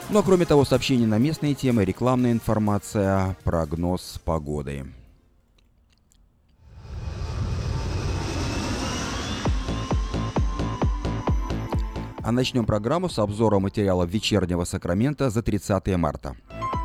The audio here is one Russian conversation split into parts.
Ну а кроме того, сообщения на местные темы, рекламная информация, прогноз погоды. А начнем программу с обзора материалов «Вечернего Сакрамента» за 30 марта.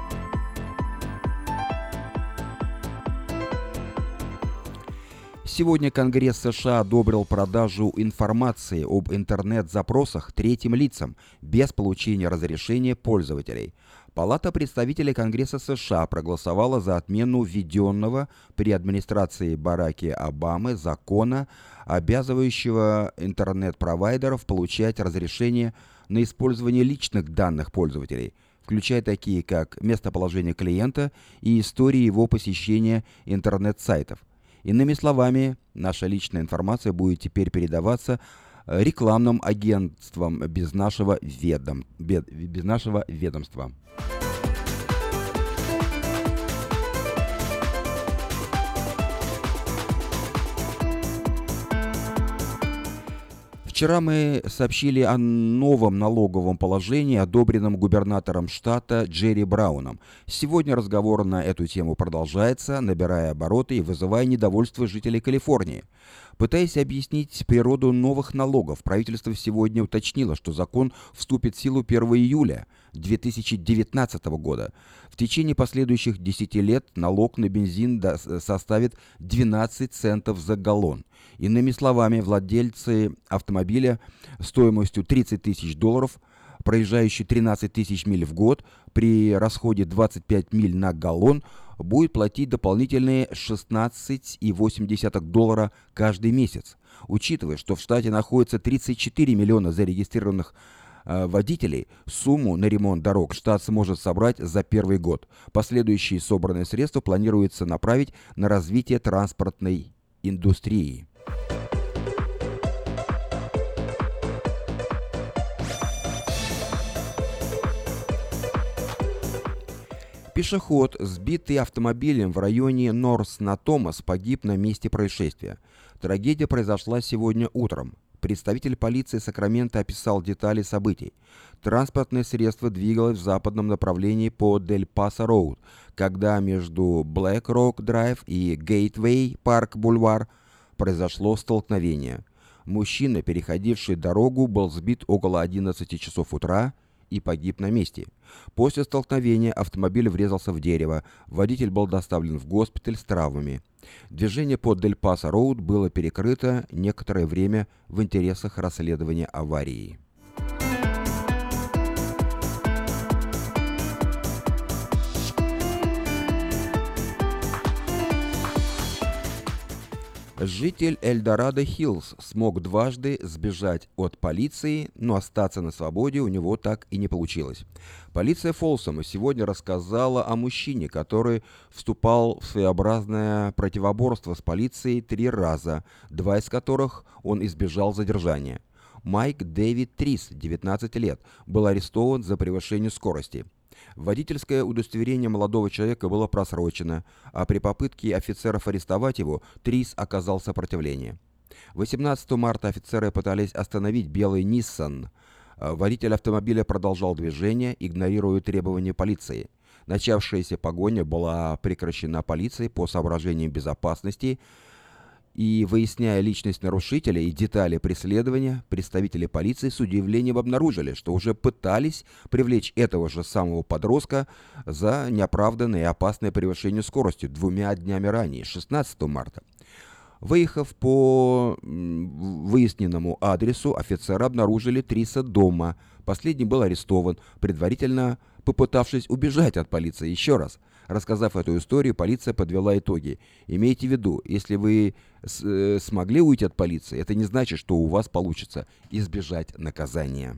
Сегодня Конгресс США одобрил продажу информации об интернет-запросах третьим лицам без получения разрешения пользователей. Палата представителей Конгресса США проголосовала за отмену введенного при администрации Барака Обамы закона, обязывающего интернет-провайдеров получать разрешение на использование личных данных пользователей, включая такие как местоположение клиента и истории его посещения интернет-сайтов. Иными словами, наша личная информация будет теперь передаваться рекламным агентствам без нашего ведомства. Вчера мы сообщили о новом налоговом положении, одобренном губернатором штата Джерри Брауном. Сегодня разговор на эту тему продолжается, набирая обороты и вызывая недовольство жителей Калифорнии. Пытаясь объяснить природу новых налогов, правительство сегодня уточнило, что закон вступит в силу 1 июля 2019 года. В течение последующих 10 лет налог на бензин составит 12 центов за галлон. Иными словами, владельцы автомобиля стоимостью $30 тысяч, проезжающий 13 тысяч миль в год, при расходе 25 миль на галлон, будет платить дополнительные $16,8 каждый месяц. Учитывая, что в штате находится 34 миллиона зарегистрированных водителей, сумму на ремонт дорог штат сможет собрать за первый год. Последующие собранные средства планируется направить на развитие транспортной индустрии. Пешеход, сбитый автомобилем в районе Норс-на-Томас, погиб на месте происшествия. Трагедия произошла сегодня утром. Представитель полиции Сакрамента описал детали событий. Транспортное средство двигалось в западном направлении по Дель-Пасо-Роуд, когда между Блэк-Рок-Драйв и Гейтвей-Парк-Бульвар произошло столкновение. Мужчина, переходивший дорогу, был сбит около 11 часов утра и погиб на месте. После столкновения автомобиль врезался в дерево. Водитель был доставлен в госпиталь с травмами. Движение по Дель-Пасо-Роуд было перекрыто некоторое время в интересах расследования аварии. Житель Эльдорадо-Хиллз смог дважды сбежать от полиции, но остаться на свободе у него так и не получилось. Полиция Фолсома сегодня рассказала о мужчине, который вступал в своеобразное противоборство с полицией 3 раза, 2 из которых он избежал задержания. Майк Дэвид Трис, 19 лет, был арестован за превышение скорости. Водительское удостоверение молодого человека было просрочено, а при попытке офицеров арестовать его Трис оказал сопротивление. 18 марта офицеры пытались остановить белый Nissan. Водитель автомобиля продолжал движение, игнорируя требования полиции. Начавшаяся погоня была прекращена полицией по соображениям безопасности, и, выясняя личность нарушителя и детали преследования, представители полиции с удивлением обнаружили, что уже пытались привлечь этого же самого подростка за неоправданное и опасное превышение скорости 2 днями ранее, 16 марта. Выехав по выясненному адресу, офицеры обнаружили Триса дома. Последний был арестован, предварительно попытавшись убежать от полиции еще раз. Рассказав эту историю, полиция подвела итоги. Имейте в виду, если вы смогли уйти от полиции, это не значит, что у вас получится избежать наказания.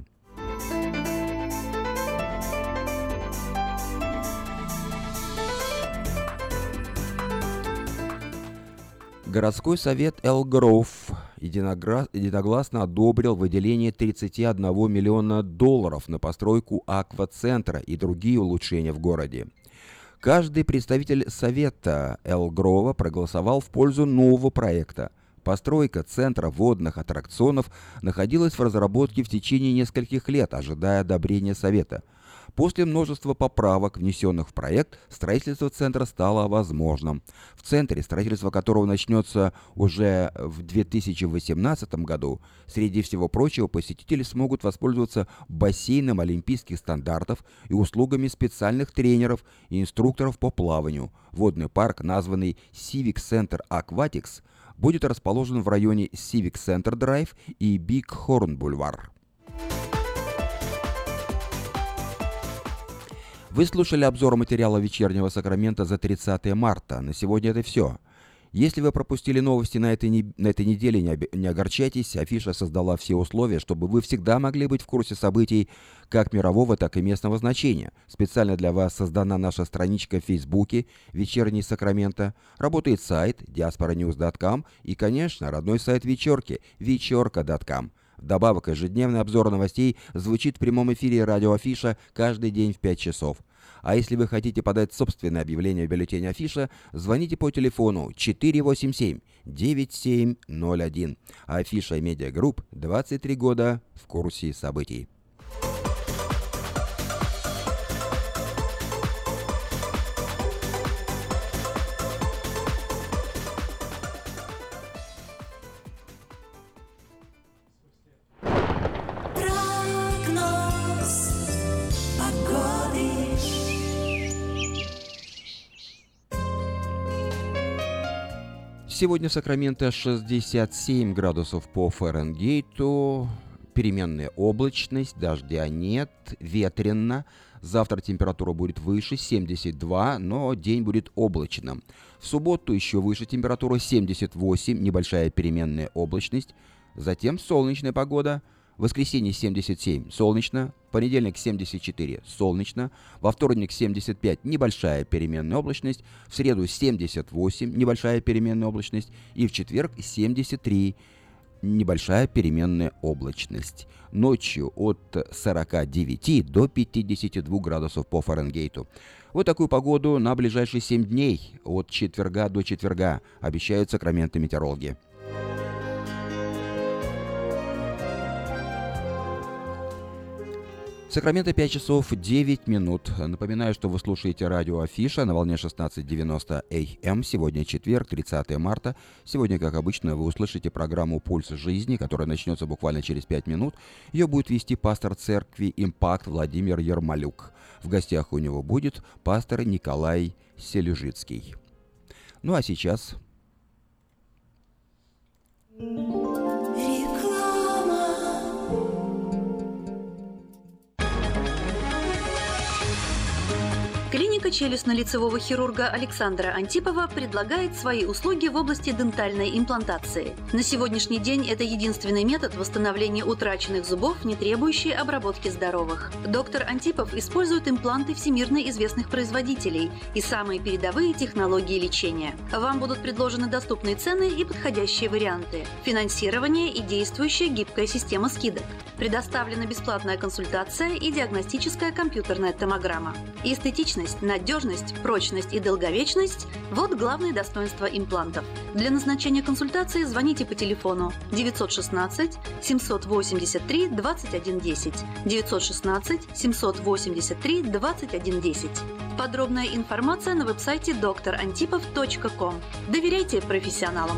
Городской совет Элл-Гроув единогласно одобрил выделение $31 миллиона на постройку аквацентра и другие улучшения в городе. Каждый представитель совета Элл-Гроува проголосовал в пользу нового проекта. Постройка центра водных аттракционов находилась в разработке в течение нескольких лет, ожидая одобрения совета. После множества поправок, внесенных в проект, строительство центра стало возможным. В центре, строительство которого начнется уже в 2018 году, среди всего прочего, посетители смогут воспользоваться бассейном олимпийских стандартов и услугами специальных тренеров и инструкторов по плаванию. Водный парк, названный Civic Center Aquatics, будет расположен в районе Civic Center Drive и Big Horn Boulevard. Вы слушали обзор материала «Вечернего Сакрамента» за 30 марта. На сегодня это все. Если вы пропустили новости на этой неделе, не огорчайтесь. Афиша создала все условия, чтобы вы всегда могли быть в курсе событий как мирового, так и местного значения. Специально для вас создана наша страничка в Фейсбуке «Вечерний Сакраменто». Работает сайт diasporanews.com и, конечно, родной сайт вечерки вечерка.com. Вдобавок, ежедневный обзор новостей звучит в прямом эфире радио Афиша каждый день в 5 часов. А если вы хотите подать собственное объявление в бюллетене Афиша, звоните по телефону 487-9701. Афиша Медиа Групп, 23 года в курсе событий. Сегодня в Сакраменто 67 градусов по Фаренгейту, переменная облачность, дождя нет, ветрено. Завтра температура будет выше, 72, но день будет облачным. В субботу еще выше температура, 78, небольшая переменная облачность. Затем солнечная погода. В воскресенье 77, солнечно. В понедельник 74, солнечно. Во вторник 75, небольшая переменная облачность. В среду 78, небольшая переменная облачность. И в четверг 73, небольшая переменная облачность. Ночью от 49 до 52 градусов по Фаренгейту. Вот такую погоду на ближайшие 7 дней, от четверга до четверга, обещают Сакраменто метеорологи. Сакраменто 5 часов 9 минут. Напоминаю, что вы слушаете радио Афиша на волне 16:90 АМ. Сегодня четверг, 30 марта. Сегодня, как обычно, вы услышите программу «Пульс жизни», которая начнется буквально через 5 минут. Ее будет вести пастор церкви «Импакт» Владимир Ермолюк. В гостях у него будет пастор Николай Селюжицкий. Ну а сейчас... Клиника челюстно-лицевого хирурга Александра Антипова предлагает свои услуги в области дентальной имплантации. На сегодняшний день это единственный метод восстановления утраченных зубов, не требующий обработки здоровых. Доктор Антипов использует импланты всемирно известных производителей и самые передовые технологии лечения. Вам будут предложены доступные цены и подходящие варианты. Финансирование и действующая гибкая система скидок. Предоставлена бесплатная консультация и диагностическая компьютерная томограмма. Эстетичность, надежность, прочность и долговечность – вот главные достоинства имплантов. Для назначения консультации звоните по телефону 916 783 2110, 916 783 2110. Подробная информация на веб-сайте drantipov.com. Доверяйте профессионалам.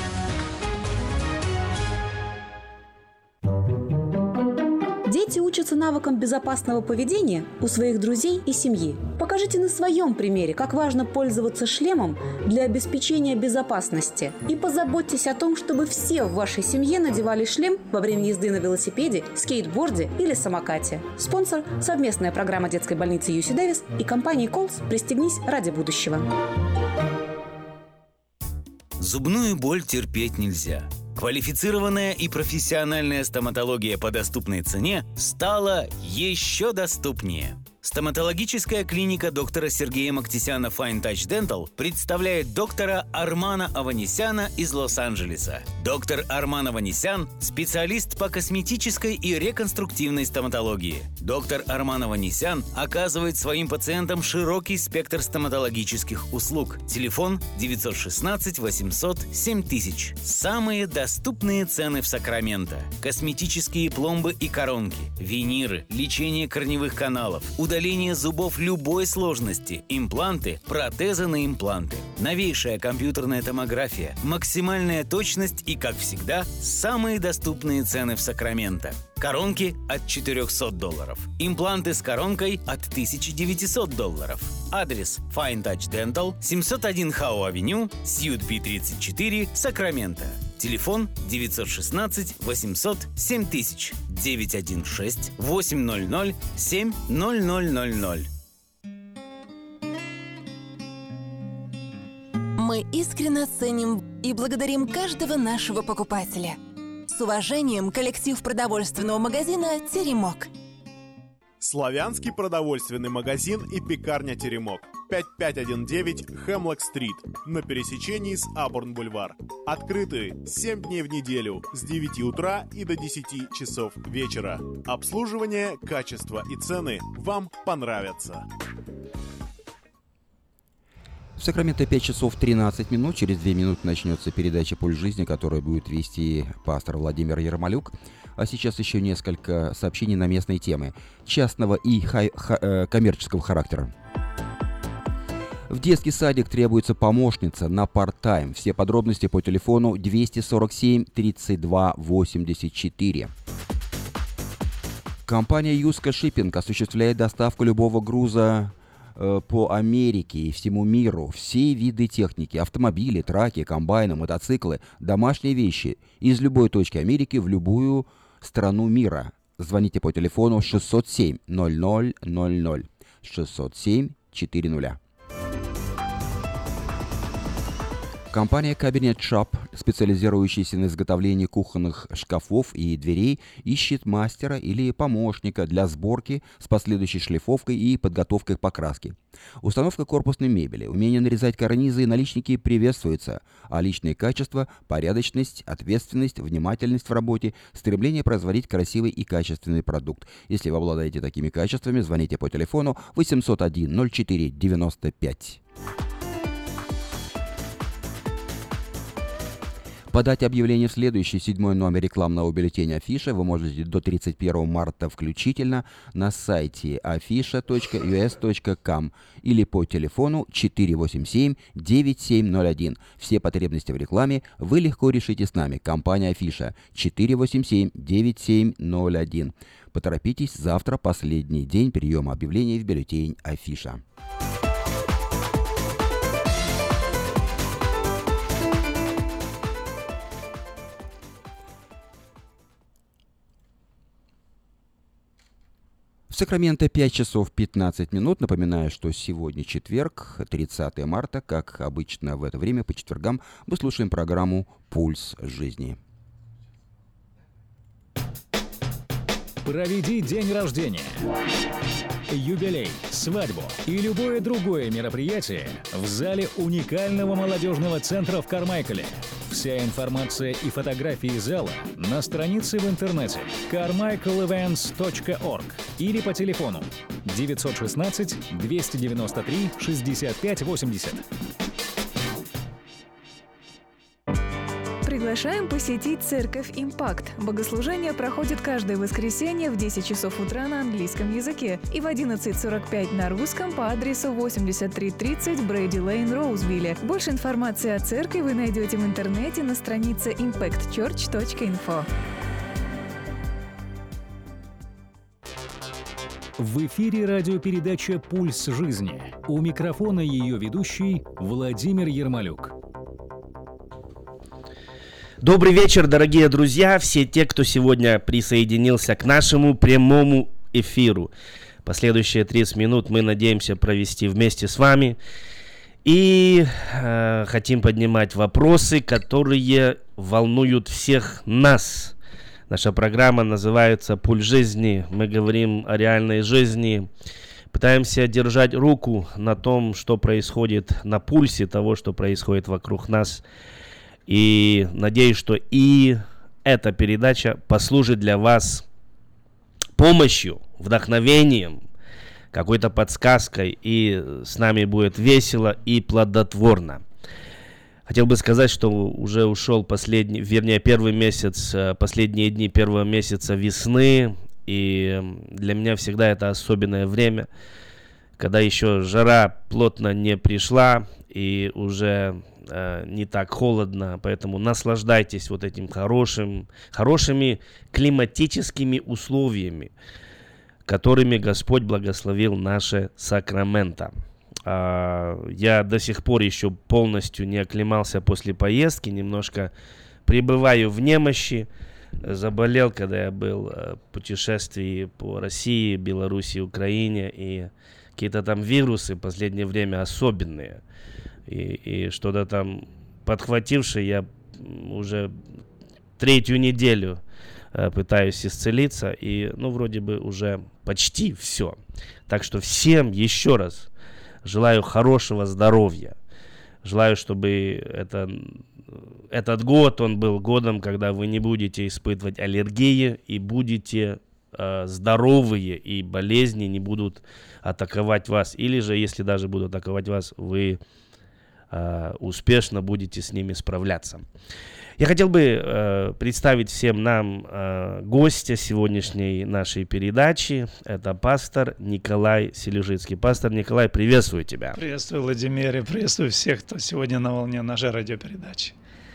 Дети учатся навыкам безопасного поведения у своих друзей и семьи. Покажите на своем примере, как важно пользоваться шлемом для обеспечения безопасности. И позаботьтесь о том, чтобы все в вашей семье надевали шлем во время езды на велосипеде, скейтборде или самокате. Спонсор – совместная программа детской больницы UC Дэвис и компании Колс «Пристегнись ради будущего». Зубную боль терпеть нельзя. Квалифицированная и профессиональная стоматология по доступной цене стала еще доступнее. Стоматологическая клиника доктора Сергея Мактисяна Fine Touch Dental представляет доктора Армана Аванесяна из Лос-Анджелеса. Доктор Арман Аванесян – специалист по косметической и реконструктивной стоматологии. Доктор Арман Аванесян оказывает своим пациентам широкий спектр стоматологических услуг. Телефон 916 800 7000. Самые доступные цены в Сакраменто. Косметические пломбы и коронки, виниры, лечение корневых каналов, удаление зубов любой сложности, импланты, протезы на импланты, новейшая компьютерная томография, максимальная точность и, как всегда, самые доступные цены в Сакраменто. Коронки от $400, импланты с коронкой от $1900. Адрес Fine Touch Dental, 701 Хау-авеню, Сьют B34, Сакраменто. Телефон 916-800-7000, 916-800-7000. Мы искренне ценим и благодарим каждого нашего покупателя. С уважением, коллектив продовольственного магазина «Теремок». Славянский продовольственный магазин и пекарня «Теремок». 5519 Хемлок-стрит на пересечении с Абурн-бульвар. Открыты 7 дней в неделю с 9 утра и до 10 часов вечера. Обслуживание, качество и цены вам понравятся. В Сакраменто 5 часов 13 минут. Через 2 минуты начнется передача «Пульс жизни», которую будет вести пастор Владимир Ермолюк. А сейчас еще несколько сообщений на местные темы частного и коммерческого характера. В детский садик требуется помощница на парт-тайм. Все подробности по телефону 247 32 84. Компания Юска Шиппинг осуществляет доставку любого груза по Америке и всему миру. Все виды техники: автомобили, траки, комбайны, мотоциклы, домашние вещи из любой точки Америки в любую страну мира. Звоните по телефону 607 0000 607 40. Компания Cabinet Shop, специализирующаяся на изготовлении кухонных шкафов и дверей, ищет мастера или помощника для сборки с последующей шлифовкой и подготовкой к покраске. Установка корпусной мебели, умение нарезать карнизы и наличники приветствуется, а личные качества, порядочность, ответственность, внимательность в работе, стремление производить красивый и качественный продукт. Если вы обладаете такими качествами, звоните по телефону 801 04 95. Подать объявление в следующий 7-й номер рекламного бюллетеня «Афиша» вы можете до 31 марта включительно на сайте afisha.us.com или по телефону 487-9701. Все потребности в рекламе вы легко решите с нами. Компания «Афиша» 487-9701. Поторопитесь, завтра последний день приема объявлений в бюллетень «Афиша». В Сакраменто 5 часов 15 минут. Напоминаю, что сегодня четверг, 30 марта. Как обычно в это время по четвергам мы слушаем программу «Пульс жизни». Проведи день рождения, юбилей, свадьбу и любое другое мероприятие в зале уникального молодежного центра в Кармайкале. Вся информация и фотографии зала на странице в интернете carmichaelevents.org или по телефону 916-293-6580. Приглашаем посетить церковь «Импакт». Богослужение проходит каждое воскресенье в 10 часов утра на английском языке и в 11:45 на русском по адресу 8330 Брейди Лейн, Роузвилле. Больше информации о церкви вы найдете в интернете на странице impactchurch.info. В эфире радиопередача «Пульс жизни». У микрофона ее ведущий Владимир Ермолюк. Добрый вечер, дорогие друзья, все те, кто сегодня присоединился к нашему прямому эфиру. Последующие 30 минут мы надеемся провести вместе с вами. И хотим поднимать вопросы, которые волнуют всех нас. Наша программа называется «Пульс жизни». Мы говорим о реальной жизни. Пытаемся держать руку на том, что происходит, на пульсе того, что происходит вокруг нас. И надеюсь, что и эта передача послужит для вас помощью, вдохновением, какой-то подсказкой, и с нами будет весело и плодотворно. Хотел бы сказать, что уже ушел последние дни первого месяца весны, И для меня всегда это особенное время, когда еще жара плотно не пришла и уже не так холодно, поэтому наслаждайтесь вот этим хорошими климатическими условиями, которыми Господь благословил наше Сакраменто. Я до сих пор еще полностью не оклемался после поездки, немножко пребываю в немощи. Заболел, когда я был в путешествии по России, Беларуси, Украине, и какие-то там вирусы в последнее время особенные. И что-то там подхватившее, я уже 3-ю неделю пытаюсь исцелиться, и, вроде бы уже почти все. Так что всем еще раз желаю хорошего здоровья. Желаю, чтобы этот год, он был годом, когда вы не будете испытывать аллергии и будете здоровые, и болезни не будут атаковать вас. Или же, если даже будут атаковать вас, вы успешно будете с ними справляться. Я хотел бы представить всем нам гостя сегодняшней нашей передачи. Это пастор Николай Селюжицкий. Пастор Николай, приветствую тебя. Приветствую, Владимир, и приветствую всех, кто сегодня на волне нашей радиопередачи.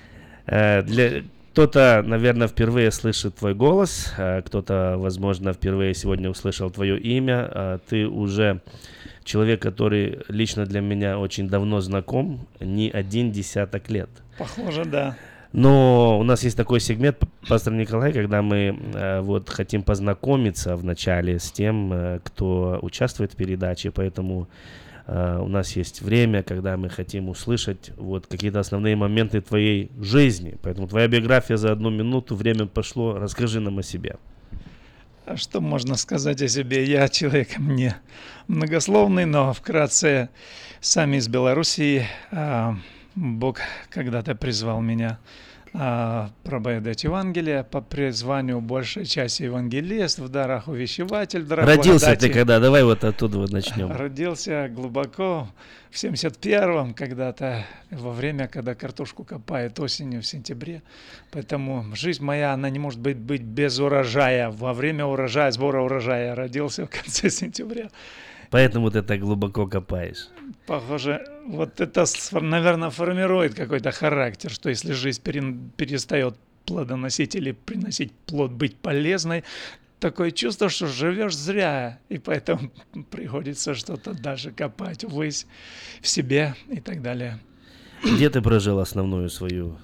Кто-то, наверное, впервые слышит твой голос, кто-то, возможно, впервые сегодня услышал твое имя. Ты уже человек, который лично для меня очень давно знаком, не 10 лет. Похоже, да. Но у нас есть такой сегмент, пастор Николай, когда мы хотим познакомиться вначале с тем, кто участвует в передаче, поэтому у нас есть время, когда мы хотим услышать какие-то основные моменты твоей жизни. Поэтому твоя биография за 1 минуту, время пошло, расскажи нам о себе. А что можно сказать о себе? Я человек не многословный, но вкратце сам из Белоруссии. Бог когда-то призвал меня проповедовать Евангелие по призванию большей части евангелист, в дарах увещеватель, в дарах Родился благодати. Ты когда? Давай оттуда начнем. Родился глубоко в 71-м когда-то, во время, когда картошку копают осенью, в сентябре. Поэтому жизнь моя, она не может быть без урожая. Во время урожая, сбора урожая родился в конце сентября. Поэтому ты так глубоко копаешь. Похоже, это, наверное, формирует какой-то характер, что если жизнь перестает плодоносить или приносить плод, быть полезной, такое чувство, что живешь зря, и поэтому приходится что-то даже копать ввысь в себе и так далее. Где ты прожил основную свою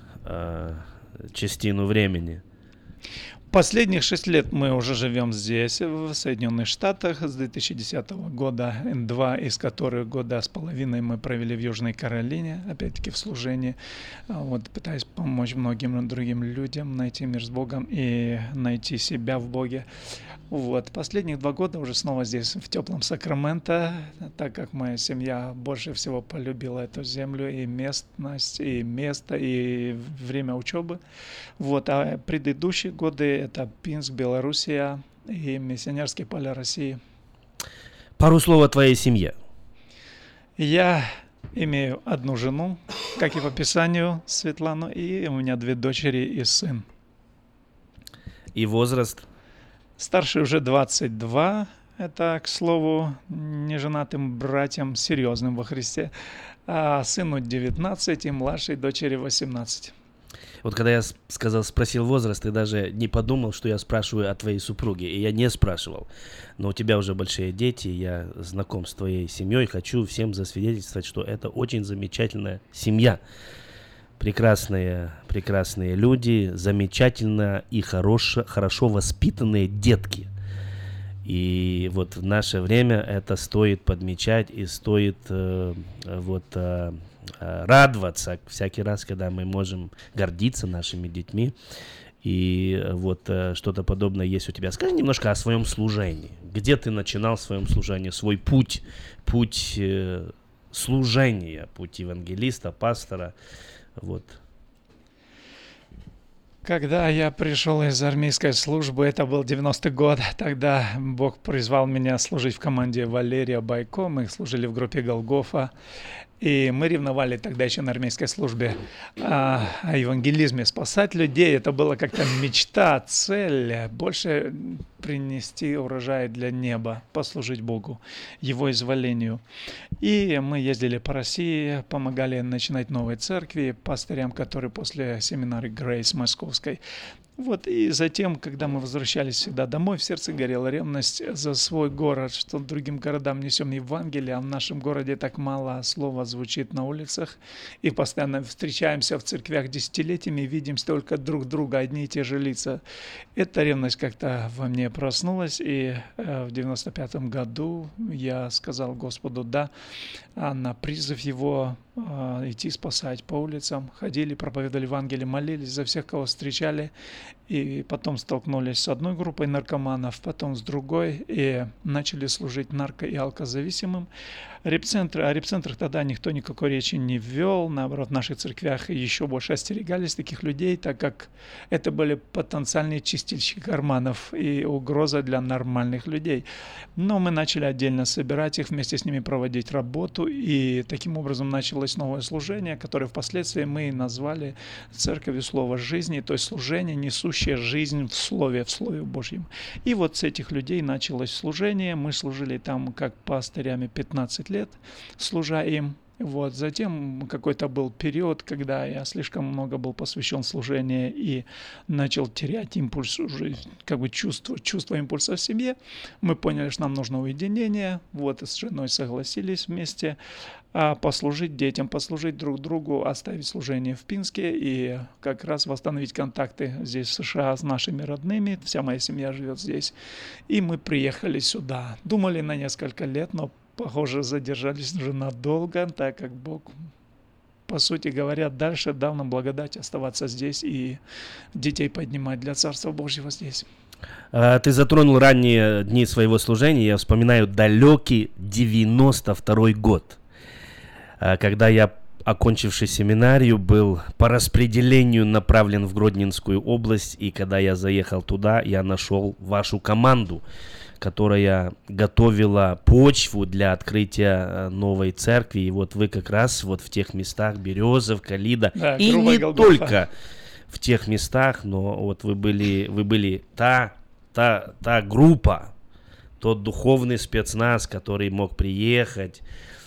частину времени? Последних 6 лет мы уже живем здесь, в Соединенных Штатах, с 2010 года, 2 из которых 1,5 года мы провели в Южной Каролине, опять-таки в служении, пытаясь помочь многим другим людям найти мир с Богом и найти себя в Боге. Последних 2 года уже снова здесь, в теплом Сакраменто, так как моя семья больше всего полюбила эту землю, и местность, и место, и время учебы. А предыдущие годы это Пинск, Белоруссия и миссионерские поля России. Пару слов о твоей семье. Я имею 1 жену, как и по Писанию, Светлану, и у меня 2 дочери и сын. И возраст? Старший уже 22, это, к слову, неженатым братьям, серьезным во Христе, а сыну 19 и младшей дочери 18. Когда я спросил возраст, ты даже не подумал, что я спрашиваю о твоей супруге. И я не спрашивал. Но у тебя уже большие дети, я знаком с твоей семьей. Хочу всем засвидетельствовать, что это очень замечательная семья. Прекрасные люди, замечательно и хорошо воспитанные детки. И в наше время это стоит подмечать и стоит радоваться всякий раз, когда мы можем гордиться нашими детьми. И что-то подобное есть у тебя. Скажи немножко о своем служении. Где ты начинал в своем служении, свой путь служения, путь евангелиста, пастора? Когда я пришел из армейской службы, это был 90-й год, тогда Бог призвал меня служить в команде Валерия Бойко, мы служили в группе Голгофа, И мы ревновали тогда еще на армейской службе о евангелизме, спасать людей. Это была как-то мечта, цель, больше принести урожай для неба, послужить Богу, Его изволению. И мы ездили по России, помогали начинать новые церкви пастырям, которые после семинара Грейс Московской. Вот, и затем, когда мы возвращались всегда домой, в сердце горела ревность за свой город, что другим городам несем Евангелие, а в нашем городе так мало слова звучит на улицах, и постоянно встречаемся в церквях десятилетиями, видим только друг друга, одни и те же лица. Эта ревность как-то во мне проснулась, и в 95-м году я сказал Господу «да», на призыв Его идти спасать по улицам. Ходили, проповедовали Евангелие, молились за всех, кого встречали. И потом столкнулись с одной группой наркоманов, потом с другой, и начали служить нарко- и алкозависимым. Репцентры, о репцентрах тогда никто никакой речи не ввел. Наоборот, в наших церквях еще больше остерегались таких людей, так как это были потенциальные чистильщики карманов и угроза для нормальных людей. Но мы начали отдельно собирать их, вместе с ними проводить работу, и таким образом началось новое служение, которое впоследствии мы назвали Церковью Слова Жизни, то есть служение, несущее жизнь в Слове Божьем. И вот с этих людей началось служение. Мы служили там как пастырями 15 лет, служа им. Вот. Затем какой-то был период, когда я слишком много был посвящен служению и начал терять импульс уже, как бы чувство импульса в семье. Мы поняли, что нам нужно уединение. Вот, с женой согласились вместе послужить детям, послужить друг другу, оставить служение в Пинске и как раз восстановить контакты здесь, в США, с нашими родными. Вся моя семья живет здесь. И мы приехали сюда. Думали на несколько лет, но похоже, задержались уже надолго, так как Бог, по сути говоря, дальше дал нам благодать оставаться здесь и детей поднимать для Царства Божьего здесь. Ты затронул ранние дни своего служения. Я вспоминаю далекий 92-й год, когда я, окончивший семинарию, был по распределению направлен в Гродненскую область, и когда я заехал туда, я нашел вашу команду, которая готовила почву для открытия новой церкви. И вот вы как раз вот в тех местах, Березовка, Лида, да, и не Голгофа. Только в тех местах, но вот вы были та группа, тот духовный спецназ, который мог приехать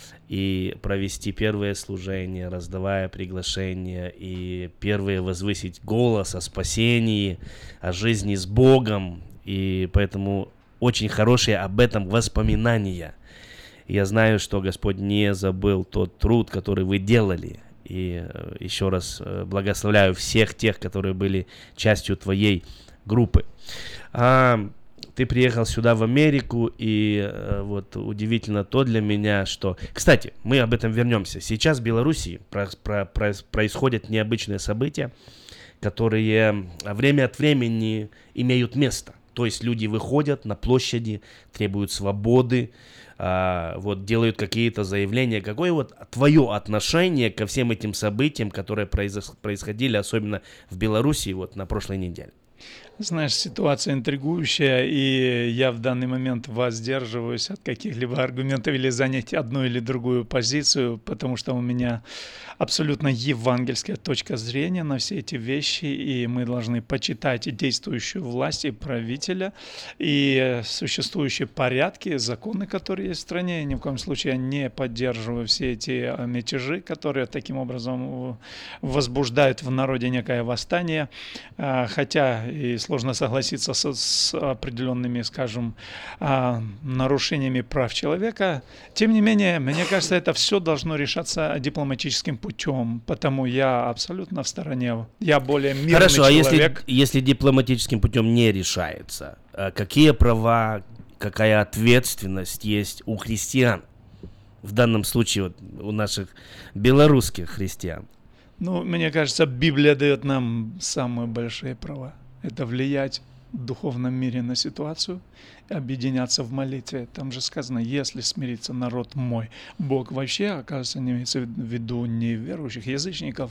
и провести первое служение, раздавая приглашения, и первые возвысить голос о спасении, о жизни с Богом. И поэтому очень хорошие об этом воспоминания. Я знаю, что Господь не забыл тот труд, который вы делали. И еще раз благословляю всех тех, которые были частью твоей группы. Ты приехал сюда в Америку, и вот удивительно то для меня, что... Кстати, мы об этом вернемся. Сейчас в Беларуси происходят необычные события, которые время от времени имеют место. То есть люди выходят на площади, требуют свободы, вот делают какие-то заявления. Какое вот твое отношение ко всем этим событиям, которые происходили, особенно в Беларуси вот на прошлой неделе? Знаешь, ситуация интригующая, и я в данный момент воздерживаюсь от каких-либо аргументов или занять одну или другую позицию, потому что у меня абсолютно евангельская точка зрения на все эти вещи, и мы должны почитать и действующую власть, и правителя, и существующие порядки, законы, которые есть в стране. Ни в коем случае я не поддерживаю все эти мятежи, которые таким образом возбуждают в народе некое восстание, хотя и сложно согласиться с определенными, скажем, нарушениями прав человека. Тем не менее, мне кажется, это все должно решаться дипломатическим путем, потому я абсолютно в стороне. Я более мирный человек. Хорошо, а если дипломатическим путем не решается, какие права, какая ответственность есть у христиан? В данном случае вот, у наших белорусских христиан. Ну, мне кажется, Библия дает нам самые большие права. Это влиять в духовном мире на ситуацию, объединяться в молитве. Там же сказано, если смирится народ мой. Бог вообще, оказывается, не имеется в виду не верующих язычников,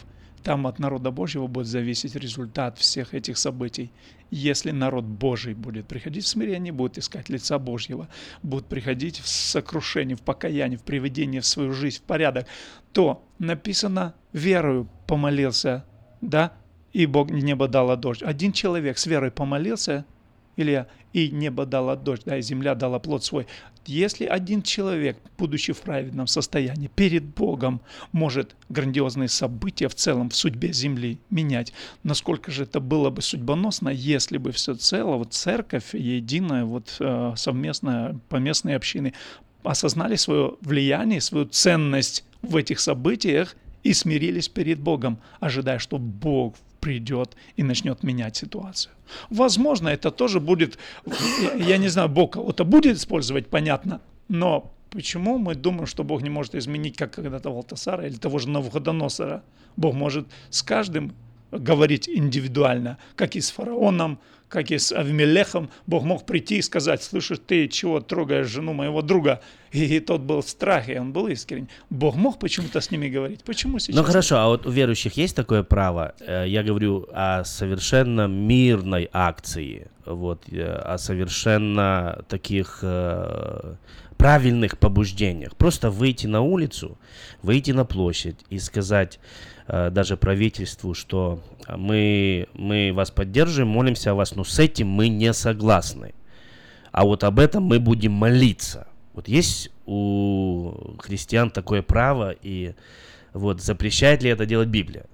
там от народа Божьего будет зависеть результат всех этих событий. Если народ Божий будет приходить в смирение, будет искать лица Божьего, будет приходить в сокрушение, в покаяние, в приведение в свою жизнь, в порядок, то написано, верою помолился, да, и Бог небо дало дождь. Один человек с верой помолился, Илья, и небо дало дождь, да, и земля дала плод свой. Если один человек, будучи в праведном состоянии, перед Богом может грандиозные события в целом в судьбе земли менять, насколько же это было бы судьбоносно, если бы все цело, вот церковь единая, вот совместная, поместные общины осознали свое влияние, свою ценность в этих событиях и смирились перед Богом, ожидая, что Бог придет и начнет менять ситуацию. Возможно, это тоже будет, я не знаю, Бог кого-то будет использовать, понятно, но почему мы думаем, что Бог не может изменить, как когда-то Валтасара или того же Навуходоносора? Бог может с каждым говорить индивидуально, как и с фараоном, как и с Авимелехом. Бог мог прийти и сказать: слышишь, ты чего трогаешь жену моего друга? И тот был в страхе, он был искренен. Бог мог почему-то с ними говорить. Почему сейчас? Ну хорошо, а вот у верующих есть такое право? Я говорю о совершенно мирной акции, вот, о совершенно таких правильных побуждениях. Просто выйти на улицу, выйти на площадь и сказать даже правительству, что мы вас поддерживаем, молимся о вас, но с этим мы не согласны. А вот об этом мы будем молиться. Вот есть у христиан такое право, и вот запрещает ли это делать Библия?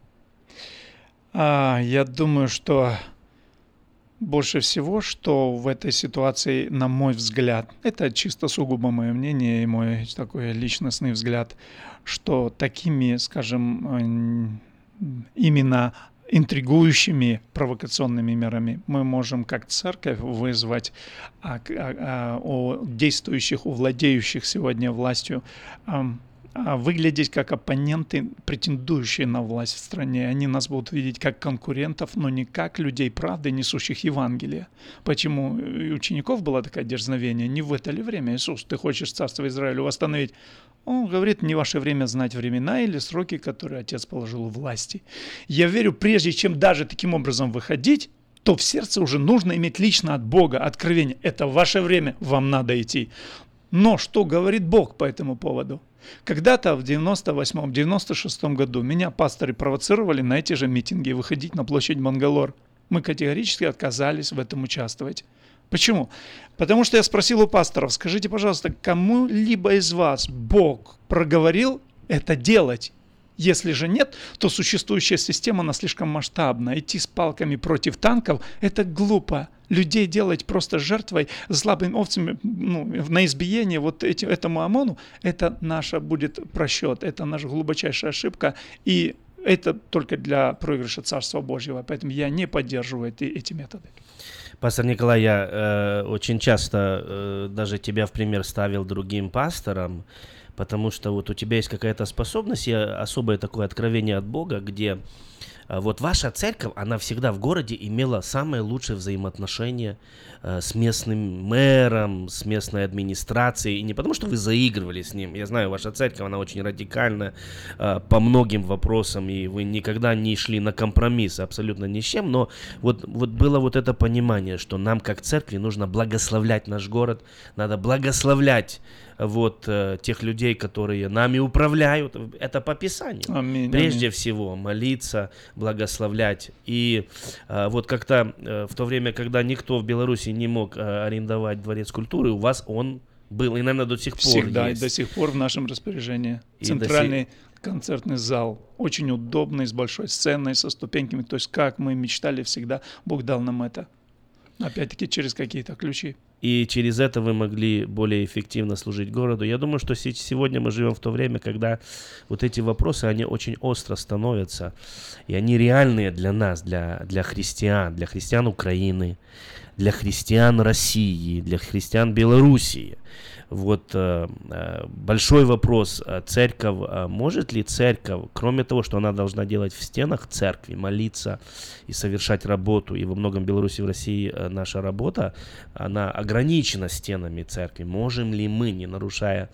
Я думаю, что больше всего, что в этой ситуации, на мой взгляд, это чисто сугубо мое мнение и мой такой личностный взгляд, что такими, скажем, именно интригующими провокационными мерами мы можем как церковь вызвать у действующих, у владеющих сегодня властью выглядеть как оппоненты, претендующие на власть в стране. Они нас будут видеть как конкурентов, но не как людей правды, несущих Евангелие. Почему у учеников было такое дерзновение? Не в это ли время, Иисус, ты хочешь царство Израилю восстановить? Он говорит, не ваше время знать времена или сроки, которые Отец положил у власти. Я верю, прежде чем даже таким образом выходить, то в сердце уже нужно иметь лично от Бога откровение. Это ваше время, вам надо идти. Но что говорит Бог по этому поводу? Когда-то в 98-96 году меня пасторы провоцировали на эти же митинги выходить на площадь Мангалор. Мы категорически отказались в этом участвовать. Почему? Потому что я спросил у пасторов, скажите, пожалуйста, кому-либо из вас Бог проговорил это делать? Если же нет, то существующая система, она слишком масштабна. Идти с палками против танков – это глупо. Людей делать просто жертвой, слабыми овцами на избиение вот этому ОМОНу – это наша будет просчет, это наша глубочайшая ошибка. И это только для проигрыша Царства Божьего. Поэтому я не поддерживаю эти методы. Пастор Николай, я очень часто даже тебя в пример ставил другим пасторам, потому что вот у тебя есть какая-то способность и особое такое откровение от Бога, где вот ваша церковь, она всегда в городе имела самые лучшие взаимоотношения с местным мэром, с местной администрацией. И не потому, что вы заигрывали с ним. Я знаю, ваша церковь, она очень радикальна по многим вопросам, и вы никогда не шли на компромисс абсолютно ни с чем. Но вот было вот это понимание, что нам, как церкви, нужно благословлять наш город, надо благословлять вот тех людей, которые нами управляют. Это по Писанию. Аминь, Прежде аминь. всего молиться, благословлять. И вот как-то в то время, когда никто в Беларуси не мог арендовать дворец культуры, у вас он был, и, наверное, до сих пор Всегда есть. И до сих пор в нашем распоряжении. И Центральный концертный зал. Очень удобный, с большой сценой, со ступеньками. То есть, как мы мечтали всегда, Бог дал нам это. Опять-таки, через какие-то ключи. И через это вы могли более эффективно служить городу. Я думаю, что сегодня мы живем в то время, когда вот эти вопросы, они очень остро становятся. И они реальные для нас, для христиан Украины, для христиан России, для христиан Белоруссии. Вот большой вопрос, церковь, может ли церковь, кроме того, что она должна делать в стенах церкви, молиться и совершать работу, и во многом в Беларуси, в России наша работа, она ограничена стенами церкви, можем ли мы, не нарушая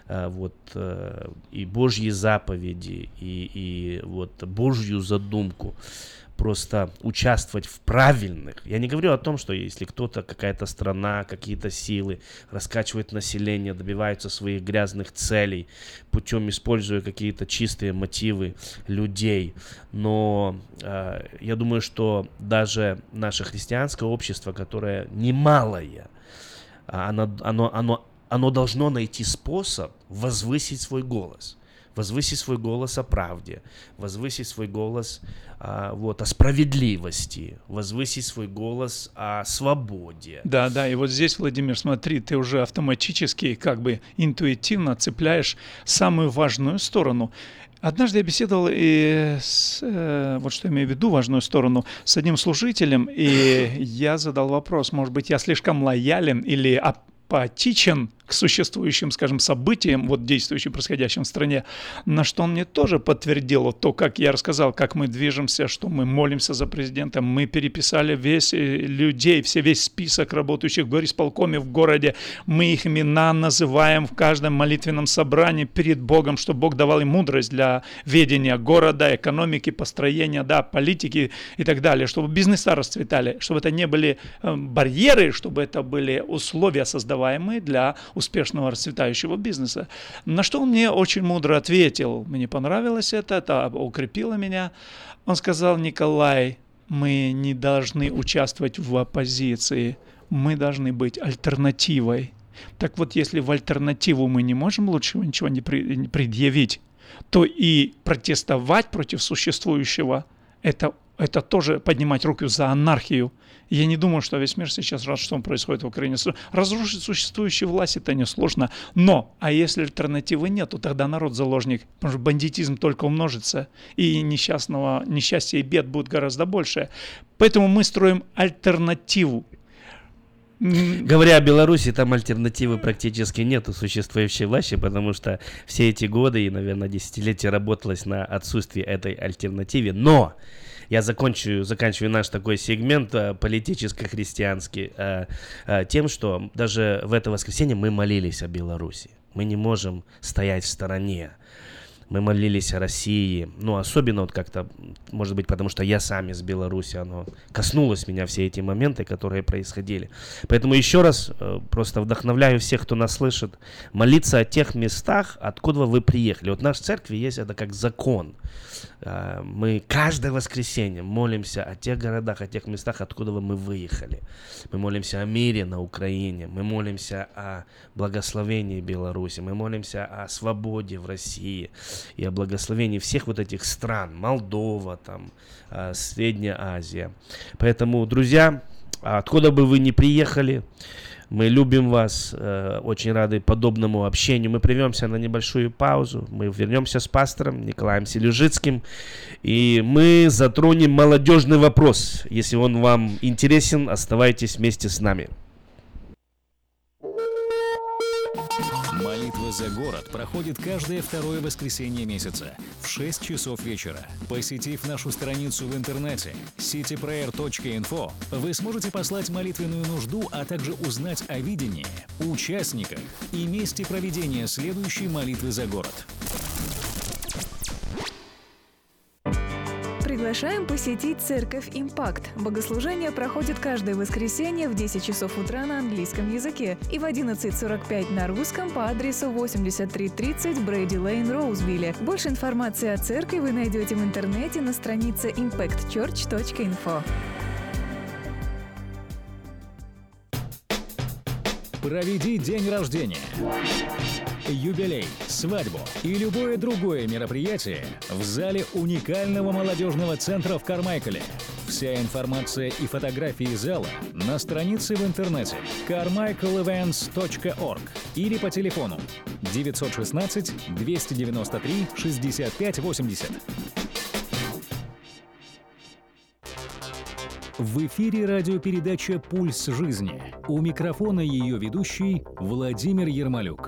и Божьи заповеди, и Божью задумку, просто участвовать в правильных. Я не говорю о том, что если кто-то, какая-то страна, какие-то силы раскачивает население, добиваются своих грязных целей путем, используя какие-то чистые мотивы людей. Но я думаю, что даже наше христианское общество, которое немалое, оно должно найти способ возвысить свой голос. Возвысить свой голос о правде, возвысить свой голос о справедливости, возвысить свой голос о свободе. Да, и вот здесь, Владимир, смотри, ты уже автоматически, интуитивно цепляешь самую важную сторону. Однажды я беседовал вот что имею в виду, важную сторону, с одним служителем, и я задал вопрос, может быть, я слишком лоялен или апатичен к существующим, скажем, событиям, действующим, происходящим в стране, на что он мне тоже подтвердил то, как я рассказал, как мы движемся, что мы молимся за президента, мы переписали весь список работающих в горисполкоме в городе, мы их имена называем в каждом молитвенном собрании перед Богом, чтобы Бог давал им мудрость для ведения города, экономики, построения, политики и так далее, чтобы бизнеса расцветали, чтобы это не были барьеры, чтобы это были условия, создаваемые для успешного расцветающего бизнеса. На что он мне очень мудро ответил. Мне понравилось это укрепило меня. Он сказал: Николай, мы не должны участвовать в оппозиции, мы должны быть альтернативой. Так вот, если в альтернативу мы не можем лучше ничего не предъявить, то и протестовать против существующего – это тоже поднимать руку за анархию. Я не думаю, что весь мир сейчас рад, что происходит в Украине. Разрушить существующую власть – это несложно. Но, если альтернативы нет, то тогда народ заложник. Потому что бандитизм только умножится, и несчастья и бед будет гораздо больше. Поэтому мы строим альтернативу. Говоря о Беларуси, там альтернативы практически нету существующей власти, потому что все эти годы и, наверное, десятилетия работалось на отсутствии этой альтернативы. Но я заканчиваю наш такой сегмент политическо-христианский тем, что даже в это воскресенье мы молились о Беларуси. Мы не можем стоять в стороне. Мы молились о России, особенно как-то, может быть, потому что я сам из Беларуси, оно коснулось меня, все эти моменты, которые происходили. Поэтому еще раз просто вдохновляю всех, кто нас слышит, молиться о тех местах, откуда вы приехали. Вот в нашей церкви есть это как закон. Мы каждое воскресенье молимся о тех городах, о тех местах, откуда мы выехали. Мы молимся о мире на Украине, мы молимся о благословении Беларуси, мы молимся о свободе в России и о благословении всех этих стран, Молдова, Средняя Азия. Поэтому, друзья, откуда бы вы ни приехали, мы любим вас, очень рады подобному общению. Мы прервемся на небольшую паузу. Мы вернемся с пастором Николаем Селюжицким. И мы затронем молодежный вопрос. Если он вам интересен, оставайтесь вместе с нами. Молитва за город проходит каждое второе воскресенье месяца в 6 часов вечера. Посетив нашу страницу в интернете cityprayer.info, вы сможете послать молитвенную нужду, а также узнать о видении, участниках и месте проведения следующей молитвы за город. Приглашаем посетить церковь «Импакт». Богослужение проходит каждое воскресенье в 10 часов утра на английском языке и в 11:45 на русском по адресу 8330 Брейди Лейн, Роузвилле. Больше информации о церкви вы найдете в интернете на странице impactchurch.info. Проведи день рождения, юбилей, свадьбу и любое другое мероприятие в зале уникального молодежного центра в Кармайкале. Вся информация и фотографии зала на странице в интернете carmichaelevents.org или по телефону 916 293 65 80. В эфире радиопередача «Пульс жизни». У микрофона ее ведущий Владимир Ермолюк.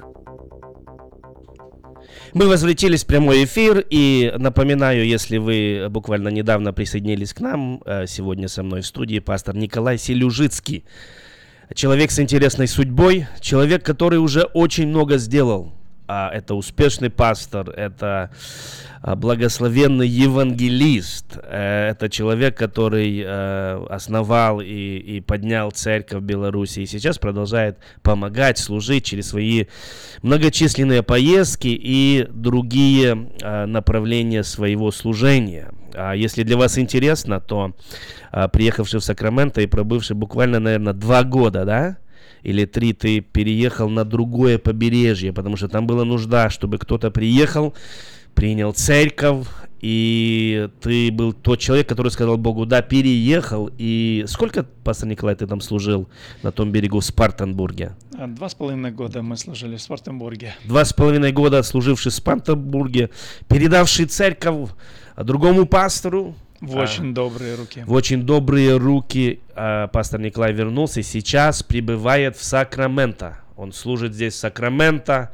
Мы возвратились в прямой эфир, и напоминаю, если вы буквально недавно присоединились к нам, сегодня со мной в студии пастор Николай Селюжицкий. Человек с интересной судьбой, человек, который уже очень много сделал. Это успешный пастор, это благословенный евангелист, это человек, который основал и поднял церковь в Беларуси, и сейчас продолжает помогать, служить через свои многочисленные поездки и другие направления своего служения. Если для вас интересно, то приехавший в Сакраменто и пробывший буквально, наверное, 2 года, да? Или 3, ты переехал на другое побережье, потому что там была нужда, чтобы кто-то приехал, принял церковь, и ты был тот человек, который сказал Богу, да, переехал. И сколько, пастор Николай, ты там служил на том берегу в Спартанбурге? 2,5 года мы служили в Спартанбурге. 2,5 года служивший в Спартанбурге, передавший церковь другому пастору. В очень добрые руки. В очень добрые руки пастор Николай вернулся и сейчас пребывает в Сакраменто. Он служит здесь в Сакраменто,